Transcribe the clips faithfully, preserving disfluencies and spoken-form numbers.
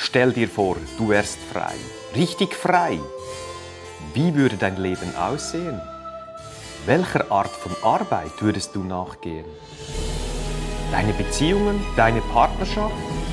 Stell dir vor, du wärst frei. Richtig frei. Wie würde dein Leben aussehen? Welcher Art von Arbeit würdest du nachgehen? Deine Beziehungen, deine Partnerschaft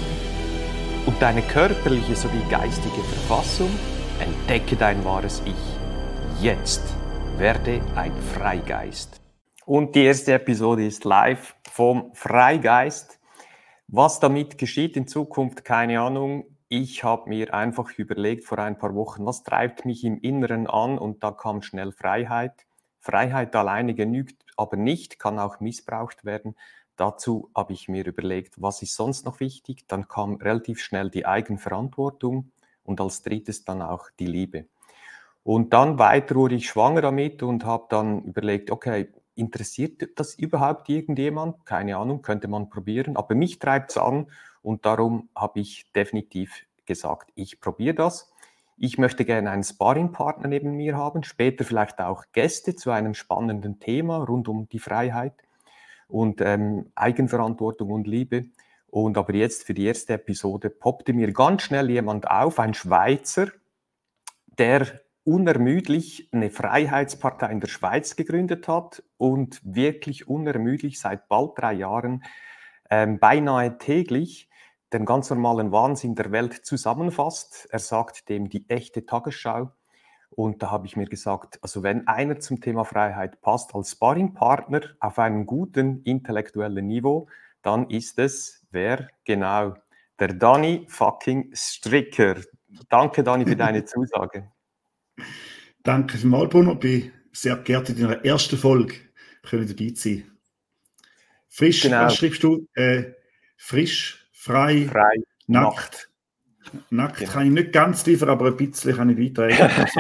und deine körperliche sowie geistige Verfassung? Entdecke dein wahres Ich. Jetzt werde ein Freigeist. Und die erste Episode ist live vom Freigeist. Was damit geschieht in Zukunft, keine Ahnung. Ich habe mir einfach überlegt vor ein paar Wochen, was treibt mich im Inneren an, und da kam schnell Freiheit. Freiheit alleine genügt aber nicht, kann auch missbraucht werden. Dazu habe ich mir überlegt, was ist sonst noch wichtig. Dann kam relativ schnell die Eigenverantwortung und als drittes dann auch die Liebe. Und dann weiter wurde ich schwanger damit und habe dann überlegt, okay, interessiert das überhaupt irgendjemand? Keine Ahnung, könnte man probieren. Aber mich treibt es an und darum habe ich definitiv gesagt, ich probiere das. Ich möchte gerne einen Sparringpartner neben mir haben, später vielleicht auch Gäste zu einem spannenden Thema rund um die Freiheit und ähm, Eigenverantwortung und Liebe. Und aber jetzt für die erste Episode poppte mir ganz schnell jemand auf, ein Schweizer, der unermüdlich eine Freiheitspartei in der Schweiz gegründet hat und wirklich unermüdlich seit bald drei Jahren ähm, beinahe täglich den ganz normalen Wahnsinn der Welt zusammenfasst. Er sagt dem die echte Tagesschau. Und da habe ich mir gesagt, also wenn einer zum Thema Freiheit passt als Sparringpartner auf einem guten intellektuellen Niveau, dann ist es, wer? Genau, der Dani fucking Stricker. Danke, Dani, für deine Zusage. Danke vielmals, Bruno. Ich bin sehr geehrt, in deiner ersten Folge können dabei sein. Frisch, Genau. Was schreibst du? Äh, frisch, frei, Frei, nackt. Nackt, nackt genau. kann ich nicht ganz liefern, aber ein bisschen kann ich beitragen. Also.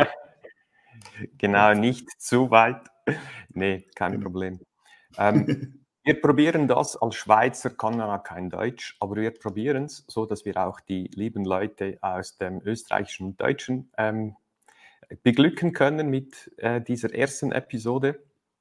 Genau, nicht zu weit. Nee, kein genau. Problem. Ähm, wir probieren das, als Schweizer kann man auch kein Deutsch, aber wir probieren es, so dass wir auch die lieben Leute aus dem Österreichischen und Deutschen ähm, beglücken können mit äh, dieser ersten Episode.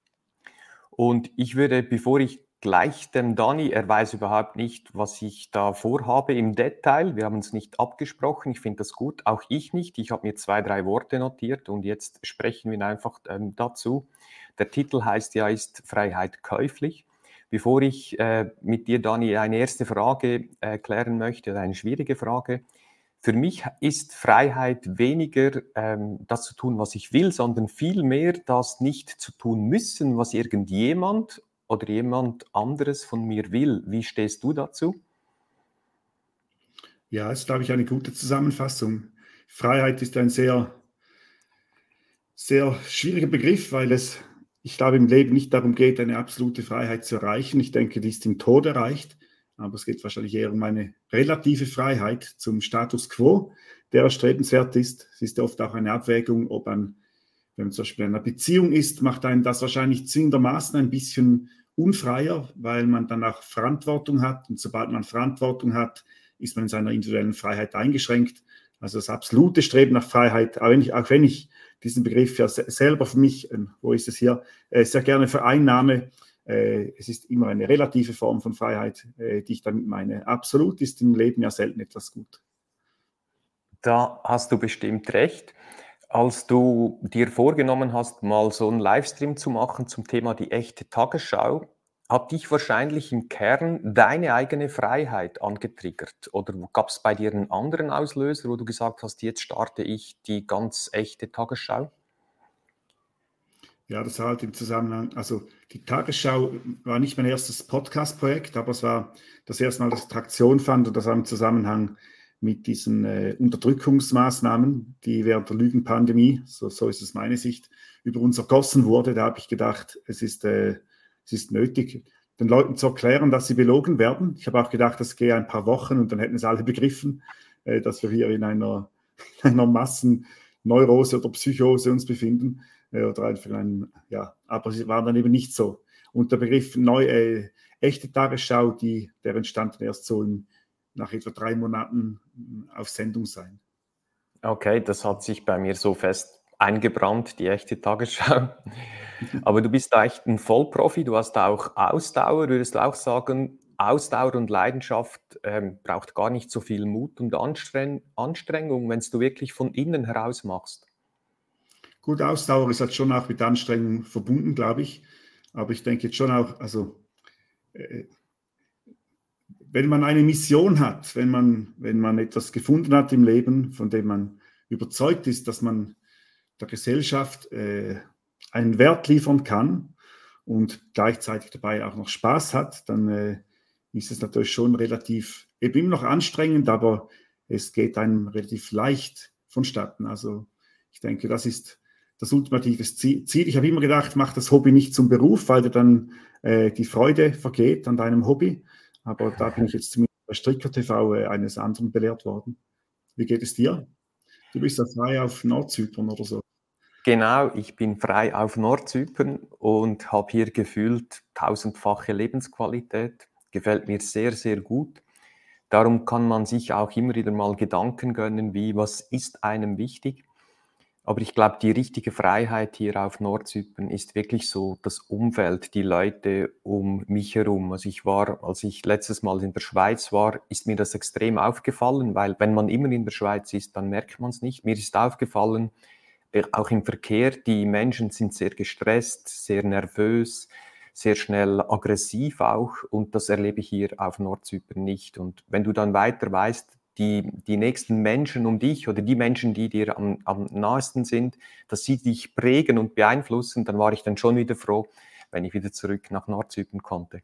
Und ich würde, bevor ich gleich dem Dani, er weiß überhaupt nicht, was ich da vorhabe im Detail, wir haben uns nicht abgesprochen, ich finde das gut, auch ich nicht, ich habe mir zwei, drei Worte notiert und jetzt sprechen wir einfach ähm, dazu. Der Titel heißt ja, ist Freiheit käuflich? Bevor ich äh, mit dir, Dani, eine erste Frage äh, klären möchte, eine schwierige Frage. Für mich ist Freiheit weniger ähm, das zu tun, was ich will, sondern vielmehr das nicht zu tun müssen, was irgendjemand oder jemand anderes von mir will. Wie stehst du dazu? Ja, das ist, glaube ich, eine gute Zusammenfassung. Freiheit ist ein sehr, sehr schwieriger Begriff, weil es, ich glaube, im Leben nicht darum geht, eine absolute Freiheit zu erreichen. Ich denke, die ist im Tod erreicht. Aber es geht wahrscheinlich eher um eine relative Freiheit zum Status quo, der erstrebenswert ist. Es ist oft auch eine Abwägung, ob man, wenn man zum Beispiel in einer Beziehung ist, macht einen das wahrscheinlich zwingendermaßen ein bisschen unfreier, weil man dann auch Verantwortung hat. Und sobald man Verantwortung hat, ist man in seiner individuellen Freiheit eingeschränkt. Also das absolute Streben nach Freiheit, auch wenn ich, auch wenn ich diesen Begriff ja selber für mich, wo ist es hier, sehr gerne vereinnahme. Es ist immer eine relative Form von Freiheit, die ich damit meine. Absolut ist im Leben ja selten etwas gut. Da hast du bestimmt recht. Als du dir vorgenommen hast, mal so einen Livestream zu machen zum Thema die echte Tagesschau, hat dich wahrscheinlich im Kern deine eigene Freiheit angetriggert? Oder gab es bei dir einen anderen Auslöser, wo du gesagt hast, jetzt starte ich die ganz echte Tagesschau? Ja, das war halt im Zusammenhang, also die Tagesschau war nicht mein erstes Podcast-Projekt, aber es war das erste Mal, dass ich Traktion fand, und das war im Zusammenhang mit diesen äh, Unterdrückungsmaßnahmen, die während der Lügenpandemie, so, so ist es meine Sicht, über uns ergossen wurde. Da habe ich gedacht, es ist, äh, es ist nötig, den Leuten zu erklären, dass sie belogen werden. Ich habe auch gedacht, das gehe ein paar Wochen und dann hätten es alle begriffen, äh, dass wir hier in einer, in einer Massenneurose oder Psychose uns befinden. Oder einfach ein, ja, aber es war dann eben nicht so. Und der Begriff neu, äh, echte Tagesschau, die, der entstand erst so in, nach etwa drei Monaten auf Sendung sein. Okay, das hat sich bei mir so fest eingebrannt, die echte Tagesschau. Aber du bist da echt ein Vollprofi, du hast auch Ausdauer, würdest du auch sagen, Ausdauer und Leidenschaft ähm, braucht gar nicht so viel Mut und Anstreng Anstrengung, wenn es du wirklich von innen heraus machst. Gut, Ausdauer ist halt schon auch mit Anstrengung verbunden, glaube ich. Aber ich denke jetzt schon auch, also äh, wenn man eine Mission hat, wenn man, wenn man etwas gefunden hat im Leben, von dem man überzeugt ist, dass man der Gesellschaft äh, einen Wert liefern kann und gleichzeitig dabei auch noch Spaß hat, dann äh, ist es natürlich schon relativ, eben immer noch anstrengend, aber es geht einem relativ leicht vonstatten. Also ich denke, das ist das ultimative Ziel. Ich habe immer gedacht, mach das Hobby nicht zum Beruf, weil dir dann äh, die Freude vergeht an deinem Hobby. Aber da bin ich jetzt zumindest bei Stricker T V äh, eines anderen belehrt worden. Wie geht es dir? Du bist ja frei auf Nordzypern oder so. Genau, ich bin frei auf Nordzypern und habe hier gefühlt tausendfache Lebensqualität. Gefällt mir sehr, sehr gut. Darum kann man sich auch immer wieder mal Gedanken gönnen, wie, was ist einem wichtig? Aber ich glaube, die richtige Freiheit hier auf Nordzypern ist wirklich so das Umfeld, die Leute um mich herum. Also ich war, als ich letztes Mal in der Schweiz war, ist mir das extrem aufgefallen, weil wenn man immer in der Schweiz ist, dann merkt man es nicht. Mir ist aufgefallen, auch im Verkehr, die Menschen sind sehr gestresst, sehr nervös, sehr schnell aggressiv auch, und das erlebe ich hier auf Nordzypern nicht. Und wenn du dann weiter weißt, die, die nächsten Menschen um dich oder die Menschen, die dir am, am nahesten sind, dass sie dich prägen und beeinflussen, dann war ich dann schon wieder froh, wenn ich wieder zurück nach Nordzypern konnte.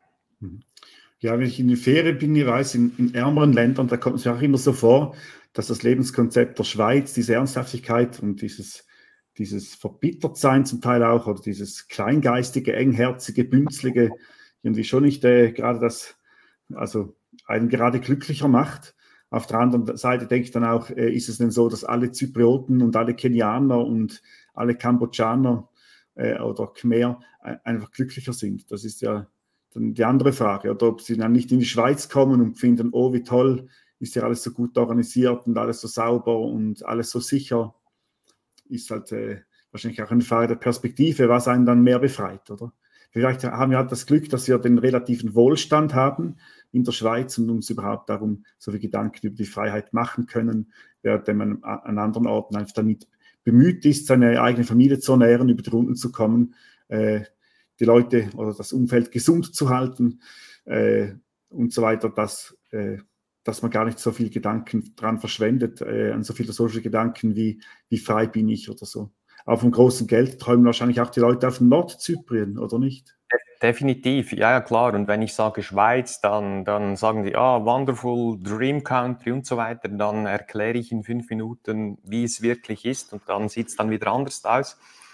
Ja, wenn ich in den Ferien bin, ich weiß, in, in ärmeren Ländern, da kommt es mir auch immer so vor, dass das Lebenskonzept der Schweiz, diese Ernsthaftigkeit und dieses, dieses Verbittertsein zum Teil auch oder dieses kleingeistige, engherzige, bünzlige, irgendwie schon nicht äh, gerade das, also einen gerade glücklicher macht. Auf der anderen Seite denke ich dann auch, äh, ist es denn so, dass alle Zyprioten und alle Kenianer und alle Kambodschaner äh, oder Khmer äh, einfach glücklicher sind? Das ist ja dann die andere Frage, oder ob sie dann nicht in die Schweiz kommen und finden, oh, wie toll, ist ja alles so gut organisiert und alles so sauber und alles so sicher, ist halt äh, wahrscheinlich auch eine Frage der Perspektive, was einen dann mehr befreit, oder? Vielleicht haben wir halt das Glück, dass wir den relativen Wohlstand haben in der Schweiz und uns überhaupt darum so viele Gedanken über die Freiheit machen können, während man an anderen Orten einfach damit bemüht ist, seine eigene Familie zu ernähren, über die Runden zu kommen, äh, die Leute oder das Umfeld gesund zu halten äh, und so weiter, dass, äh, dass man gar nicht so viel Gedanken dran verschwendet, äh, an so philosophische Gedanken wie, wie frei bin ich oder so. Aber vom großen Geld träumen wahrscheinlich auch die Leute auf Nordzyprien, oder nicht? Definitiv, ja, ja, klar. Und wenn ich sage Schweiz, dann, dann sagen die, ah, wonderful, Dream Country und so weiter. Dann erkläre ich in fünf Minuten, wie es wirklich ist, und dann sieht es dann wieder anders aus.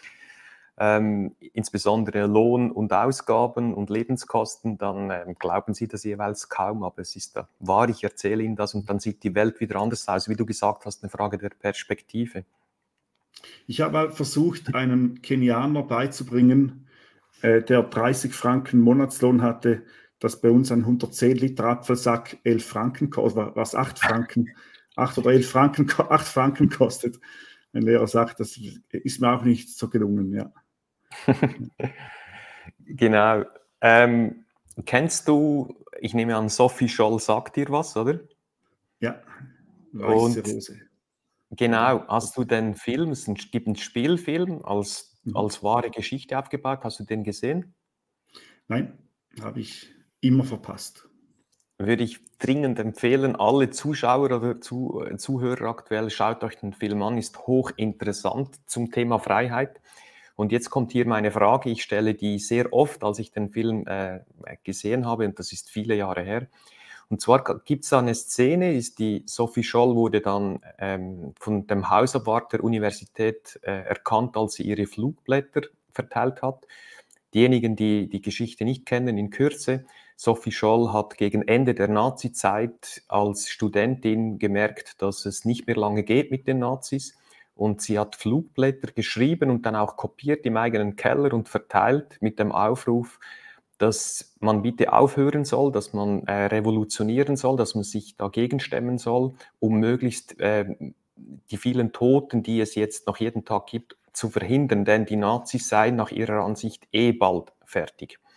Ähm, insbesondere Lohn und Ausgaben und Lebenskosten, dann ähm, glauben sie das jeweils kaum, aber es ist da wahr, ich erzähle ihnen das und dann sieht die Welt wieder anders aus. Wie du gesagt hast, eine Frage der Perspektive. Ich habe versucht, einem Kenianer beizubringen, äh, der dreißig Franken Monatslohn hatte, dass bei uns ein hundertzehn Liter Apfelsack elf Franken kostet, was acht Franken, acht oder elf Franken, acht Franken kostet. Ein Lehrer sagt, das ist mir auch nicht so gelungen, ja. Genau. Ähm, kennst du, ich nehme an, Sophie Scholl sagt dir was, oder? Ja, weiße Und Rose. genau, Oder? hast du den Film, es gibt einen Spielfilm als, Mhm. als wahre Geschichte aufgebaut, hast du den gesehen? Nein, habe ich immer verpasst. Würde ich dringend empfehlen, alle Zuschauer oder Zu, äh, Zuhörer aktuell, schaut euch den Film an, ist hochinteressant zum Thema Freiheit. Und jetzt kommt hier meine Frage, ich stelle die sehr oft, als ich den Film äh, gesehen habe, und das ist viele Jahre her. Und zwar gibt es da eine Szene, ist die Sophie Scholl wurde dann ähm, von dem Hausabwart der Universität äh, erkannt, als sie ihre Flugblätter verteilt hat. Diejenigen, die die Geschichte nicht kennen, in Kürze: Sophie Scholl hat gegen Ende der Nazizeit als Studentin gemerkt, dass es nicht mehr lange geht mit den Nazis. Und sie hat Flugblätter geschrieben und dann auch kopiert im eigenen Keller und verteilt mit dem Aufruf, dass man bitte aufhören soll, dass man äh, revolutionieren soll, dass man sich dagegen stemmen soll, um möglichst äh, die vielen Toten, die es jetzt noch jeden Tag gibt, zu verhindern, denn die Nazis seien nach ihrer Ansicht eh bald fertig.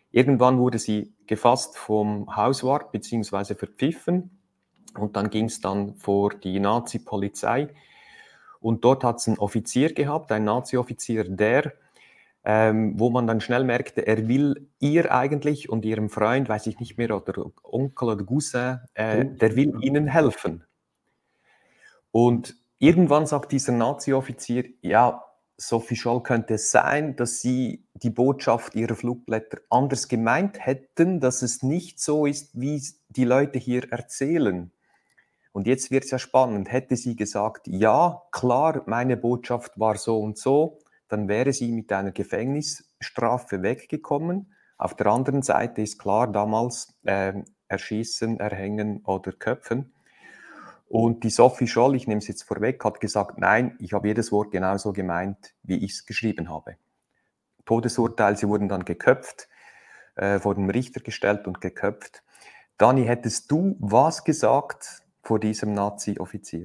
Irgendwann wurde sie gefasst vom Hauswart bzw. verpfiffen und dann ging es dann vor die Nazi-Polizei und dort hat es einen Offizier gehabt, einen Nazi-Offizier, der, ähm, wo man dann schnell merkte, er will ihr eigentlich und ihrem Freund, weiß ich nicht mehr, oder Onkel oder Cousin, äh, der will ihnen helfen. Und irgendwann sagt dieser Nazi-Offizier, ja, Sophie Scholl, könnte es sein, dass Sie die Botschaft Ihrer Flugblätter anders gemeint hätten, dass es nicht so ist, wie die Leute hier erzählen. Und jetzt wird es ja spannend. Hätte sie gesagt, ja, klar, meine Botschaft war so und so, dann wäre sie mit einer Gefängnisstrafe weggekommen. Auf der anderen Seite ist klar, damals äh, erschießen, erhängen oder köpfen. Und die Sophie Scholl, ich nehme es jetzt vorweg, hat gesagt, nein, ich habe jedes Wort genauso gemeint, wie ich es geschrieben habe. Todesurteil, sie wurden dann geköpft, äh, vor den Richter gestellt und geköpft. Dani, hättest du was gesagt vor diesem Nazi-Offizier?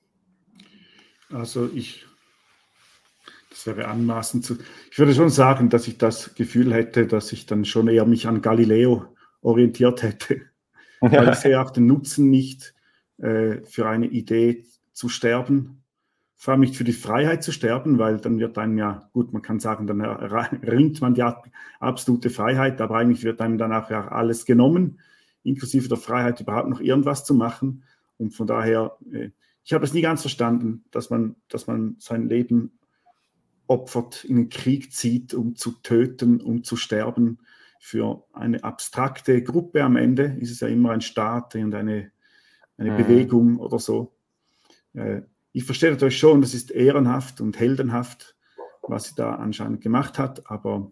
Also ich, das wäre anmaßend zu, ich würde schon sagen, dass ich das Gefühl hätte, dass ich dann schon eher mich an Galileo orientiert hätte. Weil ich sehe auch den Nutzen nicht, für eine Idee zu sterben, vor allem nicht für die Freiheit zu sterben, weil dann wird einem ja, gut, man kann sagen, dann erringt man die absolute Freiheit, aber eigentlich wird einem dann auch ja alles genommen, inklusive der Freiheit, überhaupt noch irgendwas zu machen. Und von daher, ich habe es nie ganz verstanden, dass man, dass man sein Leben opfert, in den Krieg zieht, um zu töten, um zu sterben. Für eine abstrakte Gruppe am Ende ist es ja immer ein Staat und eine eine mhm. Bewegung oder so. Ich verstehe natürlich schon, das ist ehrenhaft und heldenhaft, was sie da anscheinend gemacht hat, aber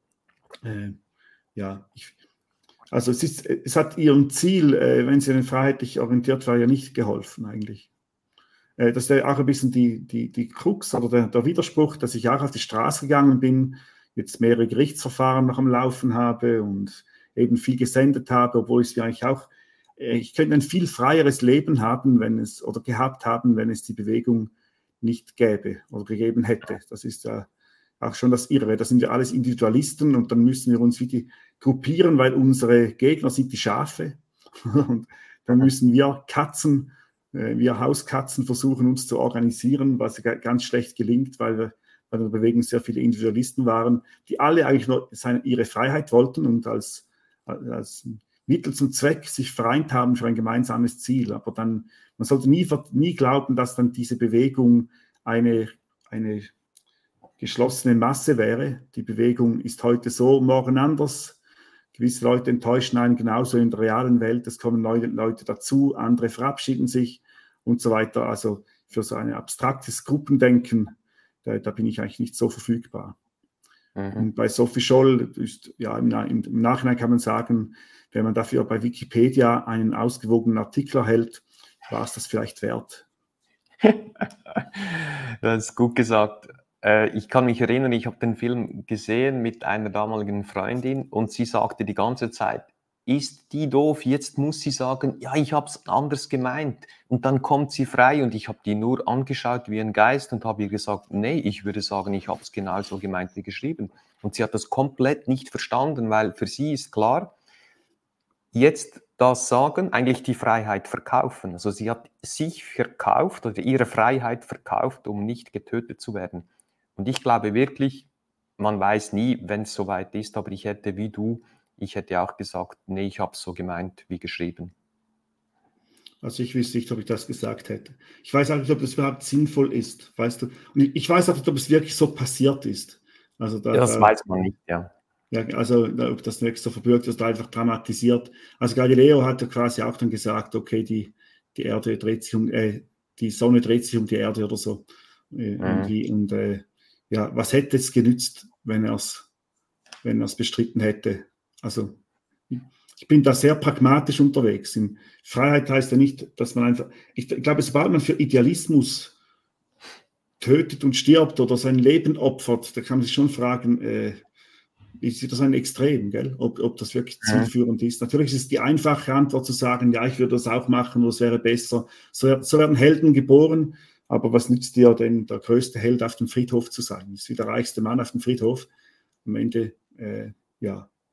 äh, ja, ich, also es, ist, es hat ihrem Ziel, äh, wenn sie freiheitlich orientiert war, ja nicht geholfen eigentlich. Äh, das ist auch ein bisschen die, die, die Krux oder der, der Widerspruch, dass ich auch auf die Straße gegangen bin, jetzt mehrere Gerichtsverfahren noch am Laufen habe und eben viel gesendet habe, obwohl ich es eigentlich auch ich könnte ein viel freieres Leben haben, wenn es oder gehabt haben, wenn es die Bewegung nicht gäbe oder gegeben hätte. Das ist ja auch schon das Irre. Das sind ja alles Individualisten und dann müssen wir uns wie gruppieren, weil unsere Gegner sind die Schafe. Und dann müssen wir Katzen, wir Hauskatzen versuchen, uns zu organisieren, was ganz schlecht gelingt, weil wir bei der Bewegung sehr viele Individualisten waren, die alle eigentlich nur seine, ihre Freiheit wollten und als, als Mittel zum Zweck sich vereint haben für ein gemeinsames Ziel. Aber dann, man sollte nie, nie glauben, dass dann diese Bewegung eine, eine geschlossene Masse wäre. Die Bewegung ist heute so, morgen anders. Gewisse Leute enttäuschen einen genauso in der realen Welt. Es kommen neue Leute dazu, andere verabschieden sich und so weiter. Also für so ein abstraktes Gruppendenken, da, da bin ich eigentlich nicht so verfügbar. Mhm. Und bei Sophie Scholl, ist, ja, im, im Nachhinein kann man sagen, wenn man dafür bei Wikipedia einen ausgewogenen Artikel erhält, war es das vielleicht wert. Das ist gut gesagt. Ich kann mich erinnern, ich habe den Film gesehen mit einer damaligen Freundin und sie sagte die ganze Zeit, ist die doof, jetzt muss sie sagen, ja, ich habe es anders gemeint. Und dann kommt sie frei und ich habe die nur angeschaut wie ein Geist und habe ihr gesagt, nee, ich würde sagen, ich habe es genauso gemeint wie geschrieben. Und sie hat das komplett nicht verstanden, weil für sie ist klar, jetzt das sagen, eigentlich die Freiheit verkaufen. Also sie hat sich verkauft oder ihre Freiheit verkauft, um nicht getötet zu werden. Und ich glaube wirklich, man weiß nie, wenn es soweit ist, aber ich hätte wie du, ich hätte auch gesagt, nee, ich habe es so gemeint wie geschrieben. Also ich wüsste nicht, ob ich das gesagt hätte. Ich weiß auch nicht, ob das überhaupt sinnvoll ist, weißt du. Und ich weiß auch nicht, ob es wirklich so passiert ist. Also da, ja, das da, weiß man nicht, ja. Ja, also ob das wirklich so verbirgt ist, einfach dramatisiert. Also Galileo hat ja quasi auch dann gesagt, okay, die, die Erde dreht sich um, äh, die Sonne dreht sich um die Erde oder so. Äh, mhm. irgendwie. Und äh, ja, was hätte es genützt, wenn er es wenn er es bestritten hätte? Also ich bin da sehr pragmatisch unterwegs. In Freiheit heißt ja nicht, dass man einfach, ich glaube, sobald man für Idealismus tötet und stirbt oder sein Leben opfert, da kann man sich schon fragen, äh, ist das ein Extrem, gell? Ob, ob das wirklich zielführend ist. Natürlich ist es die einfache Antwort zu sagen, ja, ich würde das auch machen, es wäre besser. So, so werden Helden geboren, aber was nützt dir denn, der größte Held auf dem Friedhof zu sein? Das ist wie der reichste Mann auf dem Friedhof. Am Ende, äh, ja,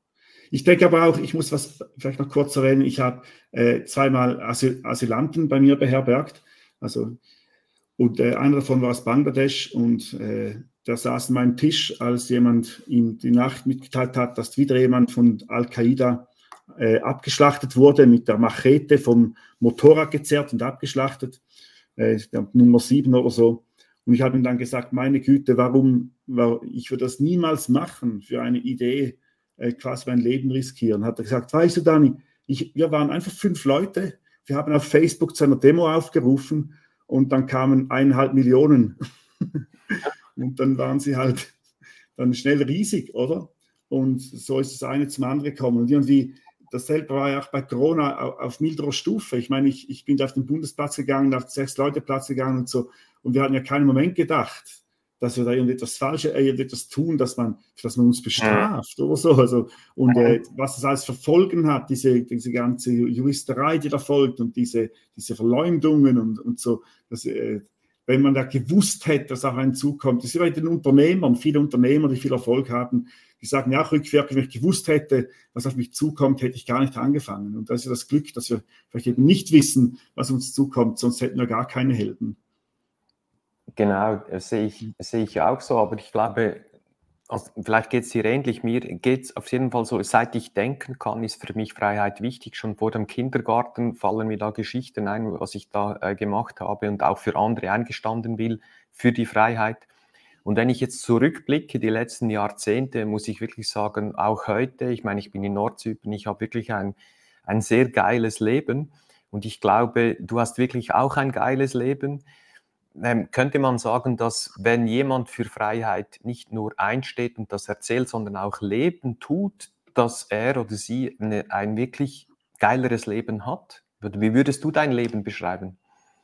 Ich denke aber auch, ich muss was vielleicht noch kurz erwähnen, ich habe äh, zweimal Asyl Asylanten bei mir beherbergt, also, und äh, einer davon war aus Bangladesch und äh, der saß an meinem Tisch, als jemand ihm die Nachricht mitgeteilt hat, dass wieder jemand von Al-Qaida äh, abgeschlachtet wurde, mit der Machete vom Motorrad gezerrt und abgeschlachtet, äh, Nummer sieben oder so. Und ich habe ihm dann gesagt, meine Güte, warum, warum ich würde das niemals machen für eine Idee, äh, quasi mein Leben riskieren. Hat er gesagt, weißt du, Dani, ich, wir waren einfach fünf Leute, wir haben auf Facebook zu einer Demo aufgerufen und dann kamen eineinhalb Millionen. Und dann waren sie halt dann schnell riesig, oder? Und so ist das eine zum anderen gekommen. Und irgendwie, dasselbe war ja auch bei Corona auf, auf milderer Stufe. Ich meine, ich, ich bin auf den Bundesplatz gegangen, auf den Sechs-Leute-Platz gegangen und so. Und wir hatten ja keinen Moment gedacht, dass wir da irgendetwas Falsches, äh, irgendetwas tun, dass man, dass man uns bestraft oder so. Also, und äh, was das alles für Folgen hat, diese, diese ganze Juristerei, die da folgt und diese, diese Verleumdungen und, und so, das, äh, wenn man da gewusst hätte, dass auch ein zukommt. Das ist bei den Unternehmern, viele Unternehmer, die viel Erfolg haben, die sagen, ja, rückwirkend, wenn ich gewusst hätte, was auf mich zukommt, hätte ich gar nicht angefangen. Und das ist ja das Glück, dass wir vielleicht eben nicht wissen, was uns zukommt, sonst hätten wir gar keine Helden. Genau, das sehe ich, das sehe ich auch so, aber ich glaube, also vielleicht geht es dir ähnlich, mir geht es auf jeden Fall so, seit ich denken kann, ist für mich Freiheit wichtig. Schon vor dem Kindergarten fallen mir da Geschichten ein, was ich da äh, gemacht habe und auch für andere eingestanden will, für die Freiheit. Und wenn ich jetzt zurückblicke, die letzten Jahrzehnte, muss ich wirklich sagen, auch heute, ich meine, ich bin in Nordzypern, ich habe wirklich ein, ein sehr geiles Leben und ich glaube, du hast wirklich auch ein geiles Leben. Ähm, könnte man sagen, dass wenn jemand für Freiheit nicht nur einsteht und das erzählt, sondern auch leben tut, dass er oder sie eine, ein wirklich geileres Leben hat? Wie würdest du dein Leben beschreiben?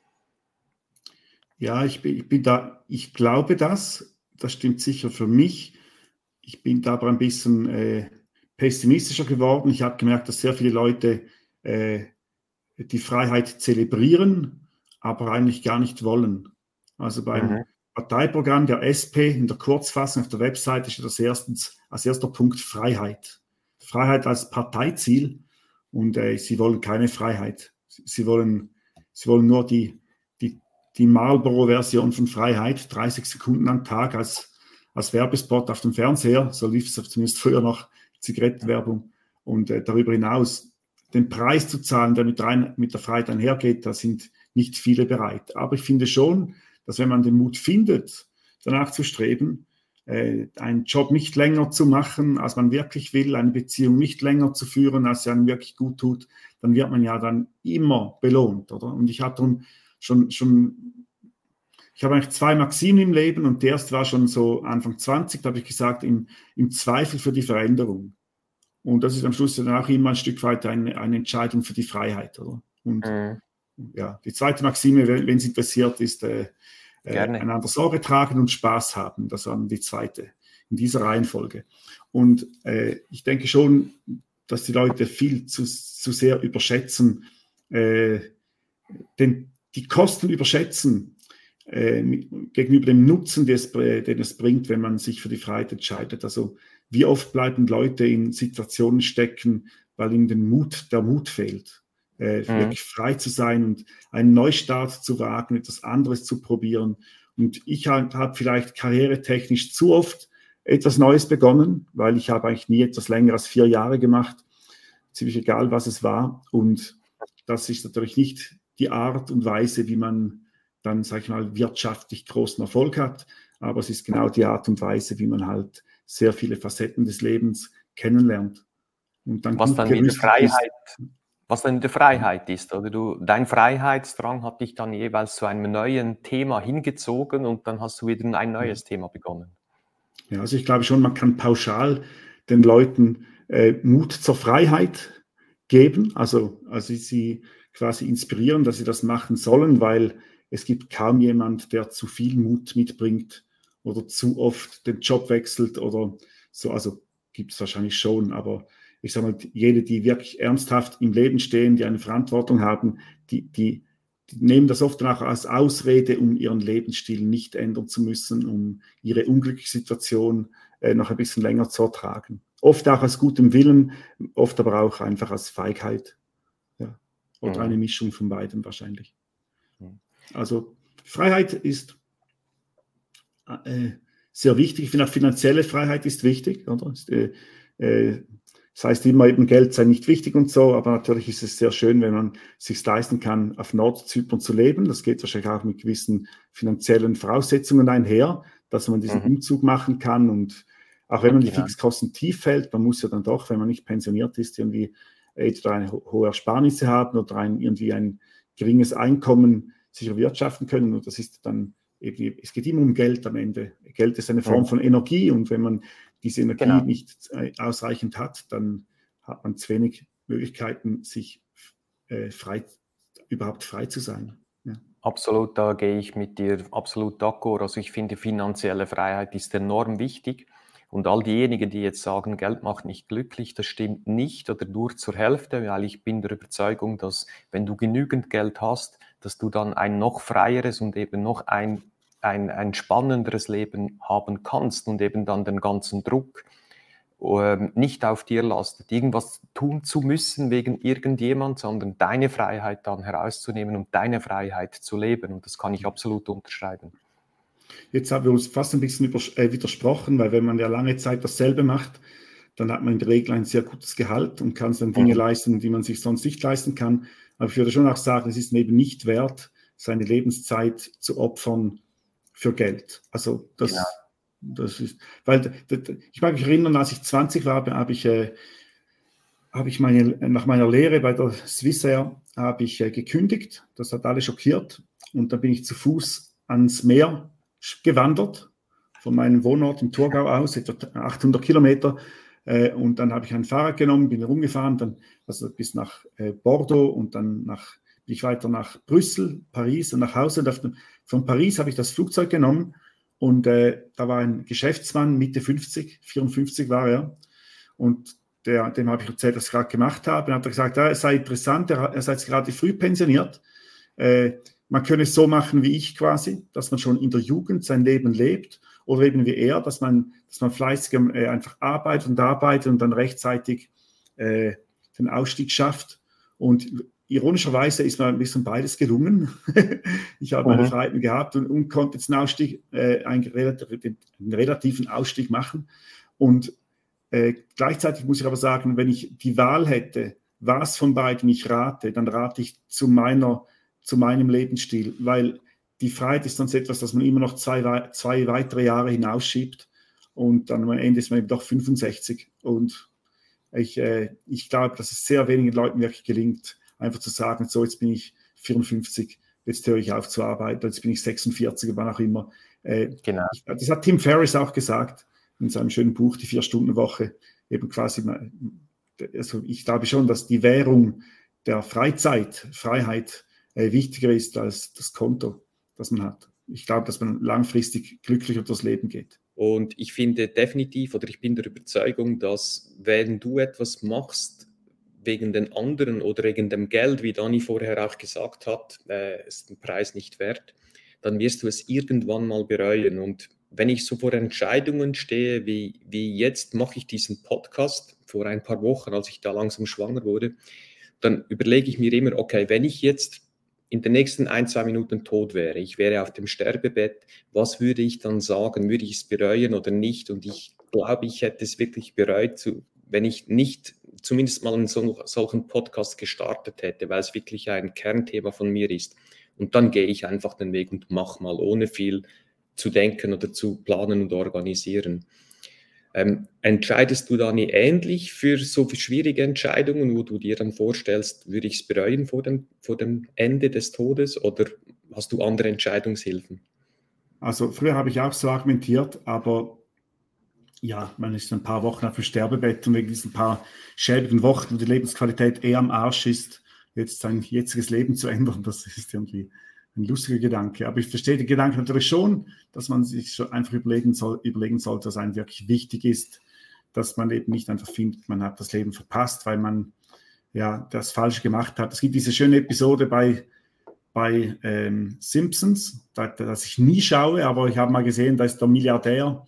Ja, ich bin, ich bin da, ich glaube das, das stimmt sicher für mich. Ich bin da aber ein bisschen äh, pessimistischer geworden. Ich habe gemerkt, dass sehr viele Leute äh, die Freiheit zelebrieren, aber eigentlich gar nicht wollen. Also beim Mhm. Parteiprogramm der S P in der Kurzfassung auf der Webseite steht als, erstens, als erster Punkt Freiheit. Freiheit als Parteiziel und äh, sie wollen keine Freiheit. Sie wollen, sie wollen nur die, die, die Marlboro-Version von Freiheit, dreißig Sekunden am Tag als, als Werbespot auf dem Fernseher. So lief es zumindest früher noch, Zigarettenwerbung. Und äh, darüber hinaus den Preis zu zahlen, der mit, rein, mit der Freiheit einhergeht, da sind nicht viele bereit. Aber ich finde schon, dass wenn man den Mut findet, danach zu streben, äh, einen Job nicht länger zu machen, als man wirklich will, eine Beziehung nicht länger zu führen, als sie einem wirklich gut tut, dann wird man ja dann immer belohnt, oder? Und ich hatte schon, schon ich habe eigentlich zwei Maximen im Leben und die erste war schon so Anfang zwanzig, da habe ich gesagt, im, im Zweifel für die Veränderung. Und das ist am Schluss dann auch immer ein Stück weit eine, eine Entscheidung für die Freiheit, oder? Und Mhm. ja, die zweite Maxime, wenn, wenn es interessiert, ist äh, äh, einander Sorge tragen und Spaß haben. Das war die zweite in dieser Reihenfolge. Und äh, ich denke schon, dass die Leute viel zu, zu sehr überschätzen, äh, den, die Kosten überschätzen äh, gegenüber dem Nutzen, den es, den es bringt, wenn man sich für die Freiheit entscheidet. Also wie oft bleiben Leute in Situationen stecken, weil ihnen den Mut, der Mut fehlt. Äh, mhm. Wirklich frei zu sein und einen Neustart zu wagen, etwas anderes zu probieren. Und ich habe hab vielleicht karrieretechnisch zu oft etwas Neues begonnen, weil ich habe eigentlich nie etwas länger als vier Jahre gemacht. Ziemlich egal, was es war. Und das ist natürlich nicht die Art und Weise, wie man dann, sage ich mal, wirtschaftlich großen Erfolg hat. Aber es ist genau die Art und Weise, wie man halt sehr viele Facetten des Lebens kennenlernt. Und dann was gut dann wieder Freiheit, ist. was dann in der Freiheit ist, oder du, dein Freiheitsdrang hat dich dann jeweils zu einem neuen Thema hingezogen und dann hast du wieder ein neues Thema begonnen. Ja, also ich glaube schon, man kann pauschal den Leuten äh, Mut zur Freiheit geben, also, also sie quasi inspirieren, dass sie das machen sollen, weil es gibt kaum jemand, der zu viel Mut mitbringt oder zu oft den Job wechselt oder so, also gibt es wahrscheinlich schon, aber ich sage mal, jene, die wirklich ernsthaft im Leben stehen, die eine Verantwortung haben, die, die, die nehmen das oft dann auch als Ausrede, um ihren Lebensstil nicht ändern zu müssen, um ihre unglückliche Situation äh, noch ein bisschen länger zu ertragen. Oft auch aus gutem Willen, oft aber auch einfach aus Feigheit. Ja. Oder mhm. eine Mischung von beidem wahrscheinlich. Mhm. Also Freiheit ist äh, sehr wichtig. Ich finde auch finanzielle Freiheit ist wichtig. Oder? Ist, äh, äh, das heißt immer eben, Geld sei nicht wichtig und so, aber natürlich ist es sehr schön, wenn man es sich leisten kann, auf Nordzypern zu leben. Das geht wahrscheinlich auch mit gewissen finanziellen Voraussetzungen einher, dass man diesen mhm. Umzug machen kann. Und auch wenn man die ja. Fixkosten tief hält, man muss ja dann doch, wenn man nicht pensioniert ist, irgendwie entweder eine hohe Ersparnisse haben oder ein, irgendwie ein geringes Einkommen sich erwirtschaften können. Und das ist dann eben, es geht immer um Geld am Ende. Geld ist eine Form mhm. von Energie, und wenn man diese Energie genau. nicht ausreichend hat, dann hat man zu wenig Möglichkeiten, sich äh, frei, überhaupt frei zu sein. Ja. Absolut, da gehe ich mit dir absolut d'accord. Also ich finde, finanzielle Freiheit ist enorm wichtig. Und all diejenigen, die jetzt sagen, Geld macht nicht glücklich, das stimmt nicht oder nur zur Hälfte, weil ich bin der Überzeugung, dass wenn du genügend Geld hast, dass du dann ein noch freieres und eben noch ein Ein, ein spannenderes Leben haben kannst und eben dann den ganzen Druck ähm, nicht auf dir lastet, irgendwas tun zu müssen wegen irgendjemand, sondern deine Freiheit dann herauszunehmen und deine Freiheit zu leben. Und das kann ich absolut unterschreiben. Jetzt haben wir uns fast ein bisschen über, äh, widersprochen, weil wenn man ja lange Zeit dasselbe macht, dann hat man in der Regel ein sehr gutes Gehalt und kann dann Dinge mhm. leisten, die man sich sonst nicht leisten kann. Aber ich würde schon auch sagen, es ist eben nicht wert, seine Lebenszeit zu opfern für Geld. Also das, genau. das ist, weil ich mag mich erinnern, als ich zwanzig war, habe ich, äh, habe ich meine, nach meiner Lehre bei der Swissair habe ich äh, gekündigt. Das hat alle schockiert. Und dann bin ich zu Fuß ans Meer gewandert, von meinem Wohnort im Thurgau aus, etwa achthundert Kilometer. Äh, und dann habe ich ein Fahrrad genommen, bin rumgefahren, dann, also bis nach äh, Bordeaux und dann nach bin ich weiter nach Brüssel, Paris und nach Hause. Und dem, von Paris habe ich das Flugzeug genommen und äh, da war ein Geschäftsmann, Mitte fünfzig, vierundfünfzig war er. Und der, dem habe ich erzählt, was ich gerade gemacht habe. Und hat er gesagt, ja, es sei interessant, er, er sei jetzt gerade früh pensioniert. Äh, man könne es so machen wie ich quasi, dass man schon in der Jugend sein Leben lebt. Oder eben wie er, dass man, dass man fleißig äh, einfach arbeitet und arbeitet und dann rechtzeitig äh, den Ausstieg schafft. Und ironischerweise ist mir ein bisschen beides gelungen. Ich habe meine mhm. Freiheiten gehabt und, und konnte jetzt einen Ausstieg, äh, einen, einen relativen Ausstieg machen. Und äh, gleichzeitig muss ich aber sagen, wenn ich die Wahl hätte, was von beiden ich rate, dann rate ich zu, meiner, zu meinem Lebensstil, weil die Freiheit ist sonst etwas, das man immer noch zwei, zwei weitere Jahre hinausschiebt und dann am Ende ist man eben doch fünfundsechzig. Und ich, äh, ich glaube, dass es sehr wenigen Leuten wirklich gelingt, einfach zu sagen, so jetzt bin ich vierundfünfzig, jetzt höre ich auf zu arbeiten, jetzt bin ich sechsundvierzig, wann auch immer. Äh, genau. ich, das hat Tim Ferriss auch gesagt in seinem schönen Buch, die Vier-Stunden-Woche, eben quasi, also ich glaube schon, dass die Währung der Freizeit, Freiheit äh, wichtiger ist als das Konto, das man hat. Ich glaube, dass man langfristig glücklicher durchs Leben geht. Und ich finde definitiv, oder ich bin der Überzeugung, dass wenn du etwas machst, wegen den anderen oder wegen dem Geld, wie Dani vorher auch gesagt hat, äh, ist den Preis nicht wert, dann wirst du es irgendwann mal bereuen. Und wenn ich so vor Entscheidungen stehe, wie, wie jetzt mache ich diesen Podcast, vor ein paar Wochen, als ich da langsam schwanger wurde, dann überlege ich mir immer, okay, wenn ich jetzt in den nächsten ein, zwei Minuten tot wäre, ich wäre auf dem Sterbebett, was würde ich dann sagen? Würde ich es bereuen oder nicht? Und ich glaube, ich hätte es wirklich bereut, zu, wenn ich nicht zumindest mal einen so, solchen Podcast gestartet hätte, weil es wirklich ein Kernthema von mir ist. Und dann gehe ich einfach den Weg und mache mal, ohne viel zu denken oder zu planen und organisieren. Ähm, entscheidest du dann ähnlich für so schwierige Entscheidungen, wo du dir dann vorstellst, würde ich es bereuen vor dem, vor dem Ende des Todes, oder hast du andere Entscheidungshilfen? Also früher habe ich auch so argumentiert, aber ja, man ist ein paar Wochen auf dem Sterbebett und wegen diesen paar schäbigen Wochen, wo die Lebensqualität eher am Arsch ist, jetzt sein jetziges Leben zu ändern, das ist irgendwie ein lustiger Gedanke. Aber ich verstehe den Gedanken natürlich schon, dass man sich schon einfach überlegen, soll, überlegen sollte, dass einem wirklich wichtig ist, dass man eben nicht einfach findet, man hat das Leben verpasst, weil man ja das Falsche gemacht hat. Es gibt diese schöne Episode bei, bei ähm, Simpsons, das ich nie schaue, aber ich habe mal gesehen, da ist der Milliardär,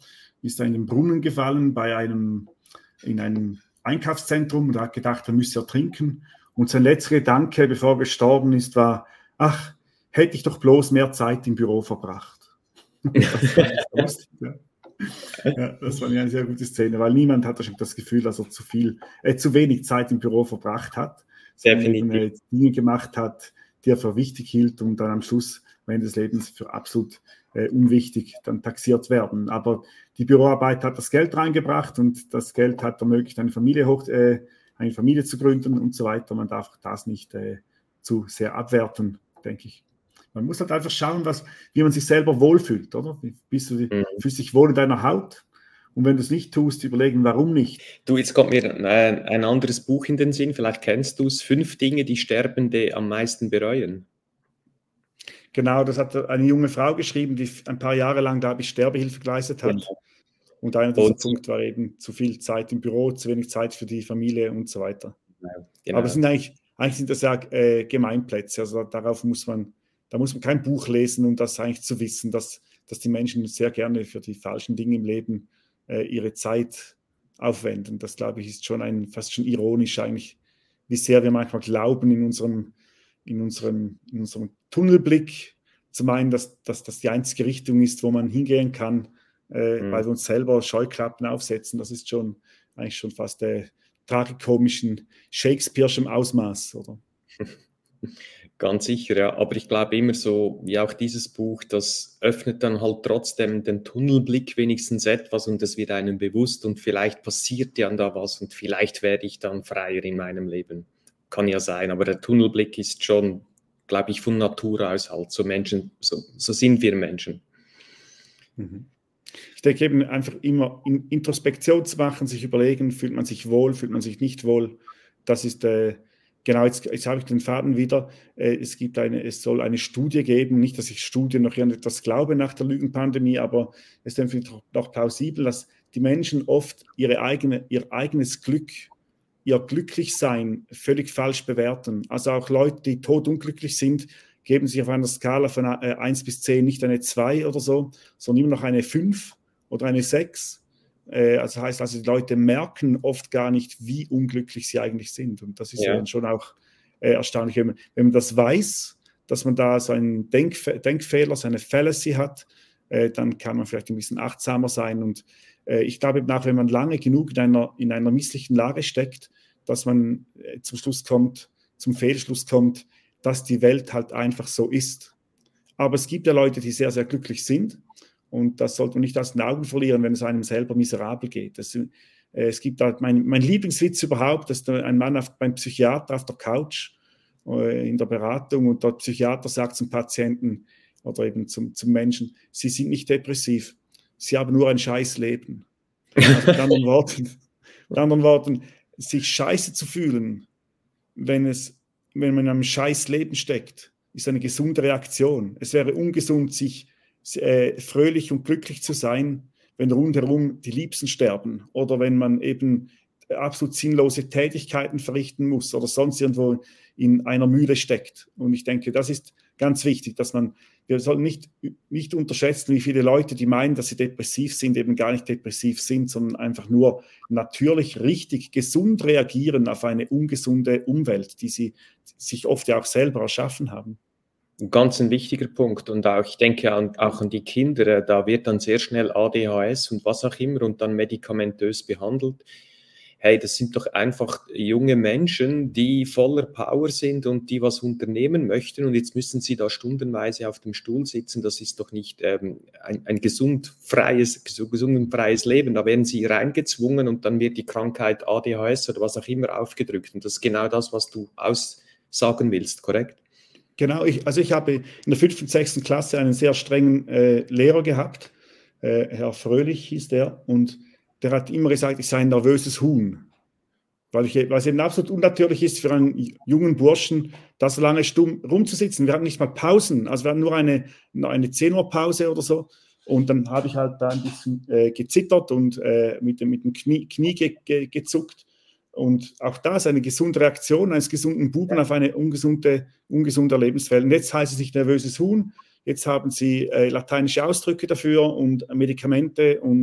ist er in den Brunnen gefallen bei einem, in einem Einkaufszentrum und hat gedacht, er müsse ertrinken. Und sein letzter Gedanke, bevor er gestorben ist, war, ach, hätte ich doch bloß mehr Zeit im Büro verbracht. Das fand ich lustig, ja. Ja, das war eine sehr gute Szene, weil niemand hat das Gefühl, dass er zu viel, äh, zu wenig Zeit im Büro verbracht hat, sondern eben, äh, Dinge gemacht hat, die er für wichtig hielt und dann am Schluss, am Ende des Lebens, für absolut äh, unwichtig dann taxiert werden. Aber die Büroarbeit hat das Geld reingebracht und das Geld hat ermöglicht, eine Familie, hoch, äh, eine Familie zu gründen und so weiter. Man darf das nicht äh, zu sehr abwerten, denke ich. Man muss halt einfach schauen, was, wie man sich selber wohlfühlt, oder? Bist du, mhm. fühlst dich wohl in deiner Haut? Und wenn du es nicht tust, überlegen, warum nicht. Du, jetzt kommt mir äh, ein anderes Buch in den Sinn, vielleicht kennst du es, Fünf Dinge, die Sterbende am meisten bereuen. Genau, das hat eine junge Frau geschrieben, die ein paar Jahre lang, glaube ich, Sterbehilfe geleistet hat. Ja. Und einer dieser Punkte war eben zu viel Zeit im Büro, zu wenig Zeit für die Familie und so weiter. Genau, genau. Aber es sind eigentlich, eigentlich sind das ja äh, Gemeinplätze, also darauf muss man Da muss man kein Buch lesen, um das eigentlich zu wissen, dass, dass die Menschen sehr gerne für die falschen Dinge im Leben äh, ihre Zeit aufwenden. Das, glaube ich, ist schon ein, fast schon ironisch eigentlich, wie sehr wir manchmal glauben, in unserem, in unserem, in unserem Tunnelblick zu meinen, dass, dass das die einzige Richtung ist, wo man hingehen kann, äh, mhm. weil wir uns selber Scheuklappen aufsetzen. Das ist schon eigentlich schon fast der tragikomischen Shakespeare'schem Ausmaß, oder? Ganz sicher, ja. Aber ich glaube immer so, wie auch dieses Buch, das öffnet dann halt trotzdem den Tunnelblick wenigstens etwas und es wird einem bewusst und vielleicht passiert ja da was und vielleicht werde ich dann freier in meinem Leben. Kann ja sein, aber der Tunnelblick ist schon, glaube ich, von Natur aus halt so Menschen, so, so sind wir Menschen. Ich denke eben einfach immer in Introspektion zu machen, sich überlegen, fühlt man sich wohl, fühlt man sich nicht wohl, das ist äh, Genau, jetzt, jetzt habe ich den Faden wieder. Es gibt eine, es soll eine Studie geben, nicht, dass ich Studien noch etwas glaube nach der Lügenpandemie, aber es ist einfach noch plausibel, dass die Menschen oft ihre eigene, ihr eigenes Glück, ihr Glücklichsein völlig falsch bewerten. Also auch Leute, die todunglücklich sind, geben sich auf einer Skala von eins bis zehn nicht eine zwei oder so, sondern immer noch eine fünf oder eine sechs. Also heißt also, die Leute merken oft gar nicht, wie unglücklich sie eigentlich sind. Und das ist ja dann schon auch äh, erstaunlich, wenn man, wenn man das weiß, dass man da so einen Denkf- Denkfehler, so eine Fallacy hat, äh, dann kann man vielleicht ein bisschen achtsamer sein. Und äh, ich glaube eben auch, wenn man lange genug in einer, in einer misslichen Lage steckt, dass man äh, zum Schluss kommt, zum Fehlschluss kommt, dass die Welt halt einfach so ist. Aber es gibt ja Leute, die sehr, sehr glücklich sind. Und das sollte man nicht aus den Augen verlieren, wenn es einem selber miserabel geht. Das, äh, es gibt halt mein, mein Lieblingswitz überhaupt, dass ein Mann auf, beim Psychiater auf der Couch äh, in der Beratung und der Psychiater sagt zum Patienten oder eben zum, zum Menschen, Sie sind nicht depressiv, Sie haben nur ein scheiß Leben. Also mit anderen Worten, mit anderen Worten, sich scheiße zu fühlen, wenn, es, wenn man in einem scheiß Leben steckt, ist eine gesunde Reaktion. Es wäre ungesund, sich Äh, fröhlich und glücklich zu sein, wenn rundherum die Liebsten sterben oder wenn man eben absolut sinnlose Tätigkeiten verrichten muss oder sonst irgendwo in einer Mühle steckt. Und ich denke, das ist ganz wichtig, dass man, wir sollten nicht, nicht unterschätzen, wie viele Leute, die meinen, dass sie depressiv sind, eben gar nicht depressiv sind, sondern einfach nur natürlich richtig gesund reagieren auf eine ungesunde Umwelt, die sie sich oft ja auch selber erschaffen haben. Ein ganz ein wichtiger Punkt und auch, ich denke an, auch an die Kinder, da wird dann sehr schnell A D H S und was auch immer und dann medikamentös behandelt. Hey, das sind doch einfach junge Menschen, die voller Power sind und die was unternehmen möchten und jetzt müssen sie da stundenweise auf dem Stuhl sitzen. Das ist doch nicht ähm, ein, ein gesund, freies, gesund freies Leben. Da werden sie reingezwungen und dann wird die Krankheit A D H S oder was auch immer aufgedrückt und das ist genau das, was du aussagen willst, korrekt? Genau, ich, also ich habe in der fünften, sechsten Klasse einen sehr strengen äh, Lehrer gehabt, äh, Herr Fröhlich hieß der, und der hat immer gesagt, ich sei ein nervöses Huhn, weil, ich, weil es eben absolut unnatürlich ist für einen jungen Burschen, da so lange stumm rumzusitzen. Wir hatten nicht mal Pausen, also wir hatten nur eine, eine zehn Uhr Pause oder so und dann habe ich halt da ein bisschen äh, gezittert und äh, mit, dem, mit dem Knie, Knie ge, ge, gezuckt. Und auch da ist eine gesunde Reaktion eines gesunden Buben auf eine ungesunde, ungesunde Lebenswelt. Und jetzt heißt es nicht nervöses Huhn, jetzt haben sie äh, lateinische Ausdrücke dafür und Medikamente und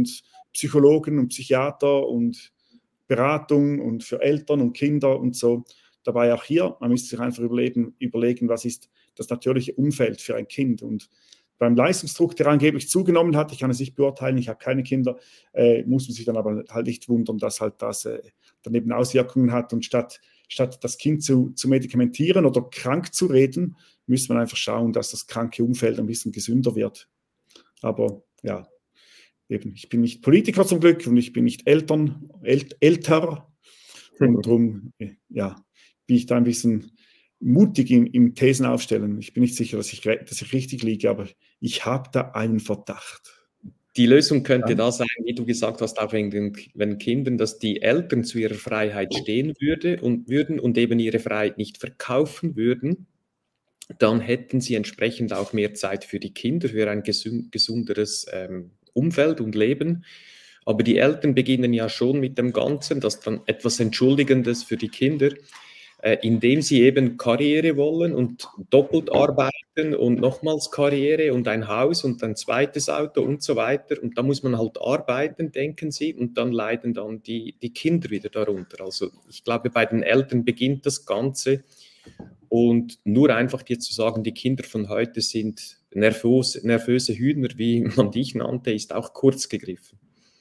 Psychologen und Psychiater und Beratung und für Eltern und Kinder und so. Dabei auch hier, man müsste sich einfach überlegen, überlegen, was ist das natürliche Umfeld für ein Kind. Und beim Leistungsdruck, der angeblich zugenommen hat, ich kann es nicht beurteilen, ich habe keine Kinder, äh, muss man sich dann aber halt nicht wundern, dass halt das äh, daneben Auswirkungen hat. Und statt, statt das Kind zu, zu medikamentieren oder krank zu reden, müsste man einfach schauen, dass das kranke Umfeld ein bisschen gesünder wird. Aber ja, eben, ich bin nicht Politiker zum Glück und ich bin nicht Eltern, äl älter. Und darum, ja, bin ich da ein bisschen mutig im, im Thesen aufstellen. Ich bin nicht sicher, dass ich, dass ich richtig liege, aber ich habe da einen Verdacht. Die Lösung könnte ja da sein, wie du gesagt hast, auch wegen den, den Kindern, dass die Eltern zu ihrer Freiheit stehen würde und, würden und eben ihre Freiheit nicht verkaufen würden. Dann hätten sie entsprechend auch mehr Zeit für die Kinder, für ein gesund, gesunderes ähm, Umfeld und Leben. Aber die Eltern beginnen ja schon mit dem Ganzen, das dann etwas Entschuldigendes für die Kinder, äh, indem sie eben Karriere wollen und doppelt arbeiten und nochmals Karriere und ein Haus und ein zweites Auto und so weiter. Und da muss man halt arbeiten, denken sie, und dann leiden dann die, die Kinder wieder darunter. Also ich glaube, bei den Eltern beginnt das Ganze. Und nur einfach dir zu sagen, die Kinder von heute sind nervös, nervöse Hühner, wie man dich nannte, ist auch kurz gegriffen.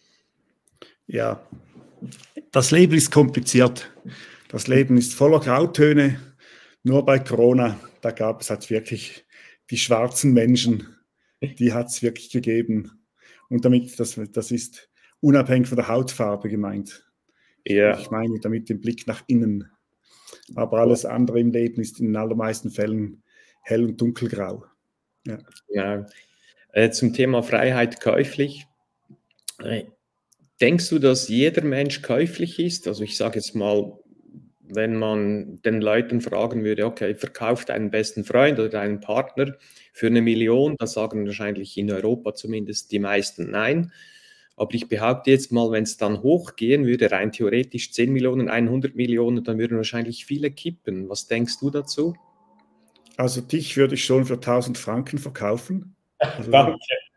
Ja, das Leben ist kompliziert. Das Leben ist voller Grautöne. Nur bei Corona, da gab es halt wirklich die schwarzen Menschen, die hat es wirklich gegeben. Und damit, das, das ist unabhängig von der Hautfarbe gemeint. Ja. Ich meine damit den Blick nach innen. Aber alles andere im Leben ist in den allermeisten Fällen hell- und dunkelgrau. Ja. Ja. Äh, zum Thema Freiheit käuflich. Äh, denkst du, dass jeder Mensch käuflich ist? Also ich sage jetzt mal, wenn man den Leuten fragen würde, okay, verkauf deinen besten Freund oder deinen Partner für eine Million, da sagen wahrscheinlich in Europa zumindest die meisten nein. Aber ich behaupte jetzt mal, wenn es dann hochgehen würde, rein theoretisch zehn Millionen, hundert Millionen, dann würden wahrscheinlich viele kippen. Was denkst du dazu? Also dich würde ich schon für tausend Franken verkaufen. Also, Danke.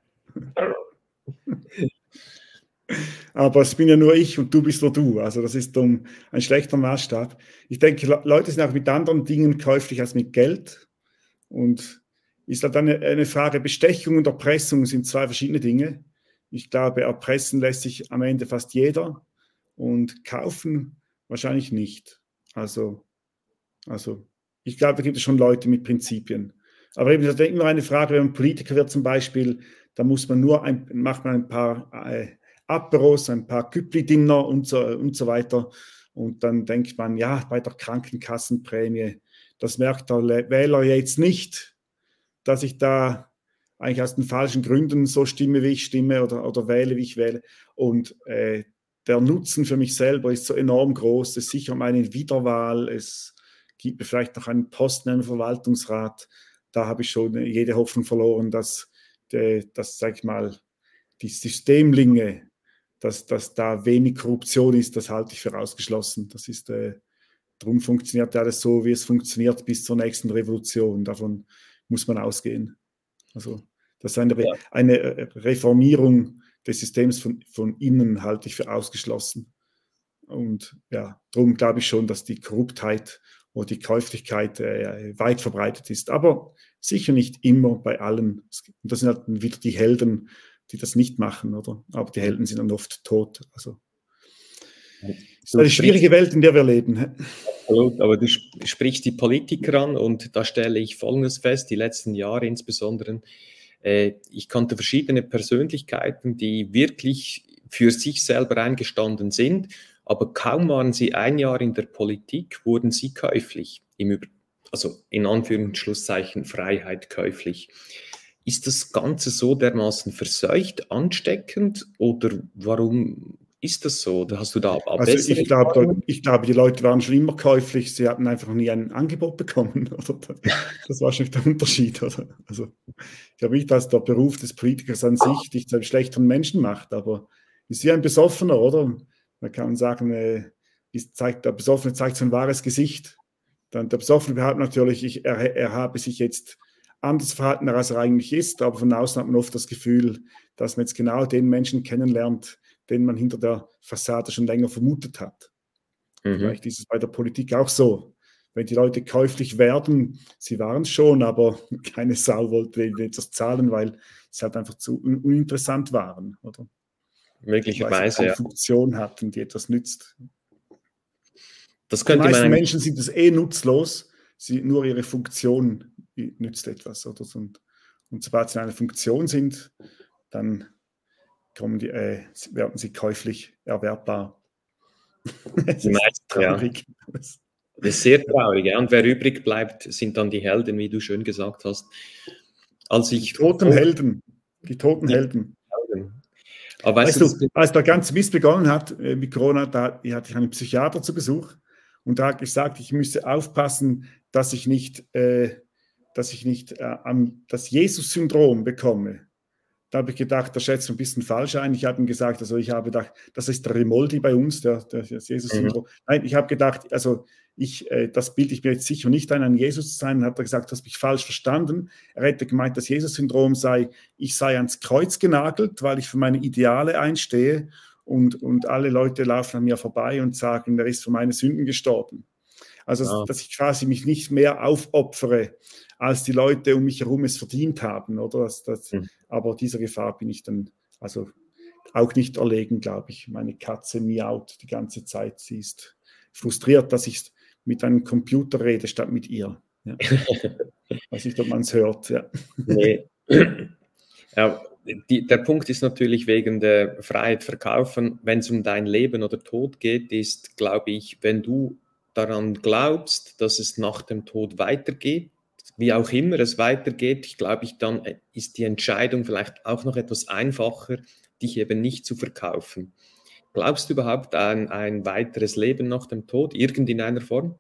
Aber es bin ja nur ich und du bist nur du. Also das ist um ein schlechter Maßstab. Ich denke, Leute sind auch mit anderen Dingen käuflich als mit Geld. Und ist halt eine, eine Frage, Bestechung und Erpressung sind zwei verschiedene Dinge. Ich glaube, erpressen lässt sich am Ende fast jeder und kaufen wahrscheinlich nicht. Also, also ich glaube, da gibt es schon Leute mit Prinzipien. Aber eben, das ist immer eine Frage, wenn man Politiker wird zum Beispiel, da muss man nur ein, macht man ein paar äh, Aperos, ein paar Küppli-Dinner und so, und so weiter. Und dann denkt man, ja, bei der Krankenkassenprämie, das merkt der Wähler jetzt nicht, dass ich da eigentlich aus den falschen Gründen so stimme, wie ich stimme oder, oder wähle, wie ich wähle. Und äh, der Nutzen für mich selber ist so enorm groß. Es sichert meine Wiederwahl. Es gibt mir vielleicht noch einen Posten im Verwaltungsrat. Da habe ich schon jede Hoffnung verloren, dass, äh, dass sag ich mal, die Systemlinge, dass, dass da wenig Korruption ist, das halte ich für ausgeschlossen. Das ist, äh, darum funktioniert alles so, wie es funktioniert bis zur nächsten Revolution. Davon muss man ausgehen. Also das ist eine, Re- eine Reformierung des Systems von, von innen halte ich für ausgeschlossen. Und ja, darum glaube ich schon, dass die Korruptheit oder die Käuflichkeit äh, weit verbreitet ist. Aber sicher nicht immer bei allen. Und das sind halt wieder die Helden, die das nicht machen, oder? Aber die Helden sind dann oft tot. Also es ist eine schwierige Welt, in der wir leben. Absolut, aber du sprichst die Politiker an und da stelle ich Folgendes fest, die letzten Jahre insbesondere. Äh, ich kannte verschiedene Persönlichkeiten, die wirklich für sich selber eingestanden sind, aber kaum waren sie ein Jahr in der Politik, wurden sie käuflich, im Über- also in Anführungszeichen Freiheit käuflich. Ist das Ganze so dermaßen verseucht, ansteckend oder warum ist das so? Oder hast du da Also ich glaube, ich glaube, die Leute waren schon immer käuflich, sie hatten einfach noch nie ein Angebot bekommen. Oder? Das war schon der Unterschied. Oder? Also ich glaube nicht, dass der Beruf des Politikers an sich dich zu einem schlechteren Menschen macht, aber ist wie ein Besoffener, oder? Man kann sagen, äh, zeigt, der Besoffene zeigt sein wahres Gesicht. Dann der Besoffene behauptet natürlich, ich, er, er habe sich jetzt anders verhalten, als er eigentlich ist, aber von außen hat man oft das Gefühl, dass man jetzt genau den Menschen kennenlernt, den man hinter der Fassade schon länger vermutet hat. Mhm. Vielleicht ist es bei der Politik auch so. Wenn die Leute käuflich werden, sie waren es schon, aber keine Sau wollte ihnen etwas zahlen, weil sie halt einfach zu un- uninteressant waren, oder? Möglicherweise, weil sie keine ja. Funktion hatten, die etwas nützt. Das könnte die meisten man Menschen sind es eh nutzlos, sie, nur ihre Funktion nützt etwas. Oder? Und, und sobald sie eine Funktion sind, dann kommen die, äh, werden sie käuflich erwerbbar. Es ist meisten, traurig. Ja. Das ist sehr traurig. Ja. Und wer übrig bleibt, sind dann die Helden, wie du schön gesagt hast. Als ich die toten vor- Helden. Die toten die Helden. Helden. Aber weißt, weißt du, als der ganze Mist begonnen hat äh, mit Corona, da hatte ich einen Psychiater zu Besuch und da hat gesagt, ich müsse aufpassen, dass ich nicht, äh, dass ich nicht äh, am, das Jesus-Syndrom bekomme. Da habe ich gedacht, das schätzt ein bisschen falsch ein. Ich habe ihm gesagt, also ich habe gedacht, das ist der Rimoldi bei uns, der, der, das Jesus-Syndrom. Mhm. Nein, ich habe gedacht, also ich, äh, das bilde ich mir jetzt sicher nicht ein, ein Jesus zu sein. Dann hat er gesagt, du hast mich falsch verstanden. Er hätte gemeint, das Jesus-Syndrom sei, ich sei ans Kreuz genagelt, weil ich für meine Ideale einstehe und, und alle Leute laufen an mir vorbei und sagen, er ist für meine Sünden gestorben. Also, ja. Dass ich quasi mich nicht mehr aufopfere, als die Leute um mich herum es verdient haben, oder? Das, das, mhm. Aber dieser Gefahr bin ich dann also auch nicht erlegen, glaube ich. Meine Katze miaut die ganze Zeit. Sie ist frustriert, dass ich mit einem Computer rede, statt mit ihr. Ja. Weiß nicht, ob man es hört. Ja. Nee. Ja, die, der Punkt ist natürlich wegen der Freiheit verkaufen. Wenn es um dein Leben oder Tod geht, ist, glaube ich, wenn du daran glaubst, dass es nach dem Tod weitergeht, wie auch immer es weitergeht, ich glaube, ich, dann ist die Entscheidung vielleicht auch noch etwas einfacher, dich eben nicht zu verkaufen. Glaubst du überhaupt an ein weiteres Leben nach dem Tod, irgendeiner Form?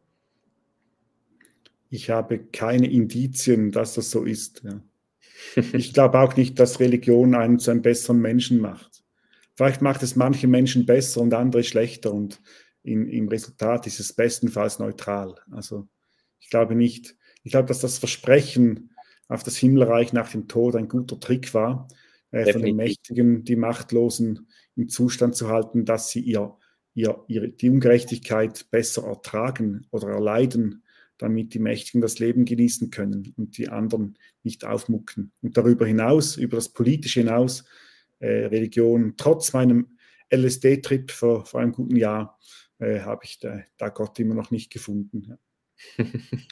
Ich habe keine Indizien, dass das so ist. Ja. Ich glaube auch nicht, dass Religion einen zu einem besseren Menschen macht. Vielleicht macht es manche Menschen besser und andere schlechter und in, im Resultat ist es bestenfalls neutral. Also ich glaube nicht, ich glaube, dass das Versprechen auf das Himmelreich nach dem Tod ein guter Trick war, äh, von den Mächtigen, die Machtlosen im Zustand zu halten, dass sie ihr, ihr, ihre, die Ungerechtigkeit besser ertragen oder erleiden, damit die Mächtigen das Leben genießen können und die anderen nicht aufmucken. Und darüber hinaus, über das Politische hinaus, äh, Religion, trotz meinem L S D-Trip vor, vor einem guten Jahr, äh, habe ich da, da Gott immer noch nicht gefunden. Ja.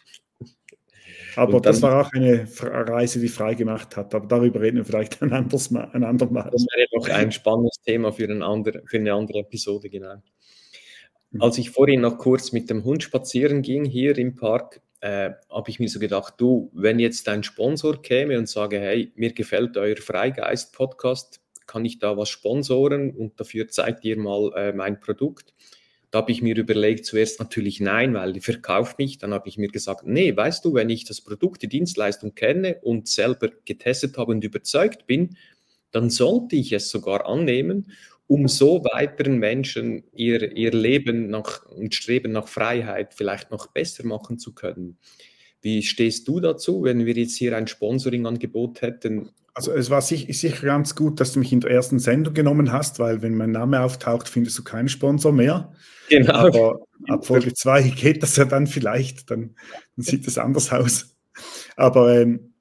Aber das war auch eine Reise, die frei gemacht hat. Aber darüber reden wir vielleicht ein anderes Mal. Ein andermal. Das wäre noch ein spannendes Thema für, ein andere, für eine andere Episode, genau. Als ich vorhin noch kurz mit dem Hund spazieren ging, hier im Park, äh, habe ich mir so gedacht, du, wenn jetzt ein Sponsor käme und sage, hey, mir gefällt euer Freigeist-Podcast, kann ich da was sponsoren und dafür zeigt ihr mal äh, mein Produkt? Da habe ich mir überlegt, zuerst natürlich nein, weil die verkauft mich. Dann habe ich mir gesagt, nee, weißt du, wenn ich das Produkt, die Dienstleistung kenne und selber getestet habe und überzeugt bin, dann sollte ich es sogar annehmen, um so weiteren Menschen ihr, ihr Leben nach, und Streben nach Freiheit vielleicht noch besser machen zu können. Wie stehst du dazu, wenn wir jetzt hier ein Sponsoring-Angebot hätten? Also es war sicher, sicher ganz gut, dass du mich in der ersten Sendung genommen hast, weil wenn mein Name auftaucht, findest du keinen Sponsor mehr. Genau. Aber ab Folge zwei geht das ja dann vielleicht, dann, dann sieht es anders aus. Aber ähm,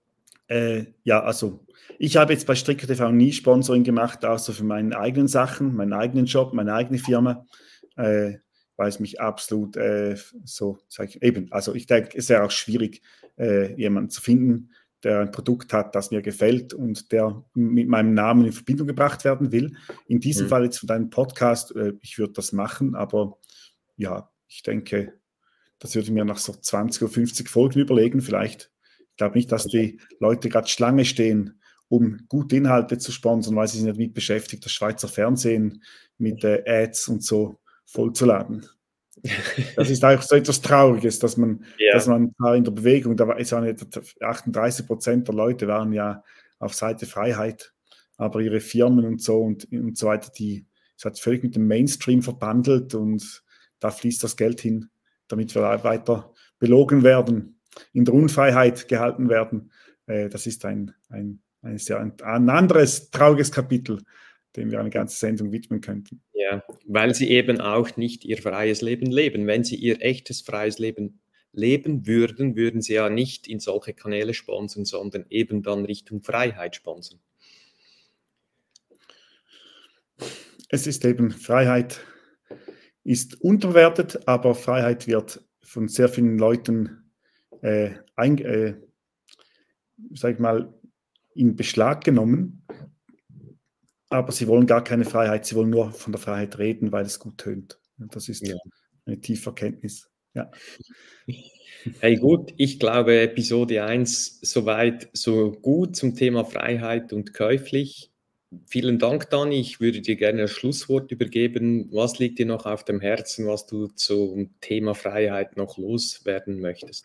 äh, ja, also ich habe jetzt bei Stricker T V nie Sponsoring gemacht, außer für meine eigenen Sachen, meinen eigenen Job, meine eigene Firma, äh, weil es mich absolut äh, so, sag ich, eben, also ich denke, es ist ja auch schwierig, äh, jemanden zu finden, der ein Produkt hat, das mir gefällt und der mit meinem Namen in Verbindung gebracht werden will. In diesem mhm. Fall jetzt von deinem Podcast, äh, ich würde das machen, aber ja, ich denke, das würde ich mir nach so zwanzig oder fünfzig Folgen überlegen vielleicht. Ich glaube nicht, dass die Leute gerade Schlange stehen, um gute Inhalte zu sponsern, weil sie sind damit beschäftigt, das Schweizer Fernsehen mit äh, Ads und so vollzuladen. Das ist auch so etwas Trauriges, dass man, ja. dass man in der Bewegung, da war, es waren achtunddreißig Prozent der Leute waren ja auf Seite Freiheit, aber ihre Firmen und so und, und so weiter, die es hat völlig mit dem Mainstream verbandelt und da fließt das Geld hin, damit wir weiter belogen werden, in der Unfreiheit gehalten werden. Äh, das ist ein, ein, ein, sehr, ein, ein anderes trauriges Kapitel. dem wir eine ganze Sendung widmen könnten. Ja, weil sie eben auch nicht ihr freies Leben leben. Wenn sie ihr echtes freies Leben leben würden, würden sie ja nicht in solche Kanäle sponsern, sondern eben dann Richtung Freiheit sponsern. Es ist eben, Freiheit ist unterbewertet, aber Freiheit wird von sehr vielen Leuten äh, ein, äh, sag ich mal, in Beschlag genommen. Aber sie wollen gar keine Freiheit, sie wollen nur von der Freiheit reden, weil es gut tönt. Das ist ja eine tiefe Erkenntnis. Ja. Hey, gut, ich glaube, Episode eins soweit so gut zum Thema Freiheit und käuflich. Vielen Dank, Dani. Ich würde dir gerne das Schlusswort übergeben. Was liegt dir noch auf dem Herzen, was du zum Thema Freiheit noch loswerden möchtest?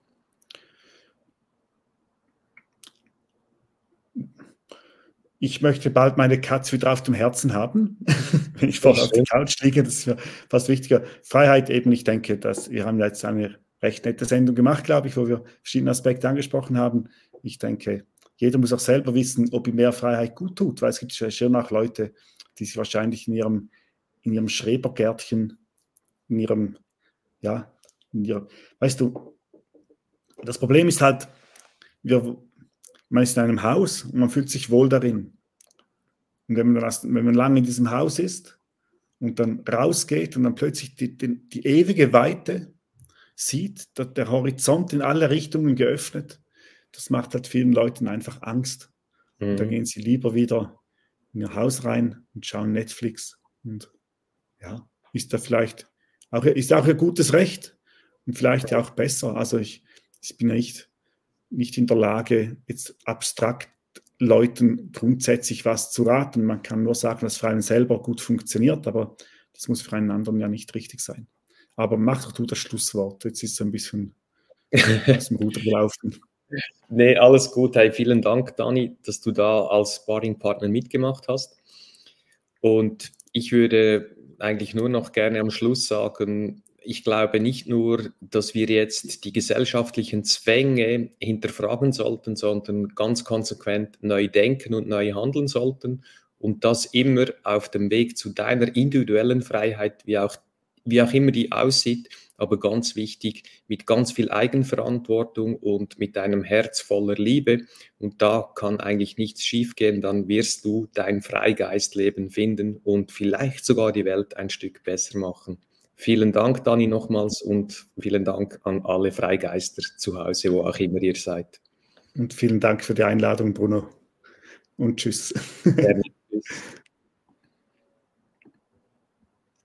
Ich möchte bald meine Katze wieder auf dem Herzen haben, wenn ich vorher auf der Couch liege. Das ist mir fast wichtiger. Freiheit eben, ich denke, dass wir haben jetzt eine recht nette Sendung gemacht, glaube ich, wo wir verschiedene Aspekte angesprochen haben. Ich denke, jeder muss auch selber wissen, ob ihm mehr Freiheit gut tut, weil es gibt schon auch Leute, die sich wahrscheinlich in ihrem, in ihrem Schrebergärtchen, in ihrem, ja, in ihrem, weißt du, das Problem ist halt, wir, man ist in einem Haus und man fühlt sich wohl darin. Und wenn man, das, wenn man lange in diesem Haus ist und dann rausgeht und dann plötzlich die, die, die ewige Weite sieht, der Horizont in alle Richtungen geöffnet, das macht halt vielen Leuten einfach Angst. Mhm. Und dann gehen sie lieber wieder in ihr Haus rein und schauen Netflix. Und ja, ist da vielleicht auch, ist auch ein gutes Recht und vielleicht ja auch besser. Also ich, ich bin nicht, nicht in der Lage, jetzt abstrakt Leuten grundsätzlich was zu raten. Man kann nur sagen, dass für einen selber gut funktioniert, aber das muss für einen anderen ja nicht richtig sein. Aber mach doch du das Schlusswort. Jetzt ist es ein bisschen aus dem Ruder gelaufen. Nee, alles gut. Hey, vielen Dank, Dani, dass du da als Sparringpartner mitgemacht hast. Und ich würde eigentlich nur noch gerne am Schluss sagen, ich glaube nicht nur, dass wir jetzt die gesellschaftlichen Zwänge hinterfragen sollten, sondern ganz konsequent neu denken und neu handeln sollten. Und das immer auf dem Weg zu deiner individuellen Freiheit, wie auch, wie auch immer die aussieht, aber ganz wichtig, mit ganz viel Eigenverantwortung und mit einem Herz voller Liebe. Und da kann eigentlich nichts schiefgehen, dann wirst du dein Freigeistleben finden und vielleicht sogar die Welt ein Stück besser machen. Vielen Dank, Dani, nochmals und vielen Dank an alle Freigeister zu Hause, wo auch immer ihr seid. Und vielen Dank für die Einladung, Bruno. Und tschüss. Gerne. Tschüss.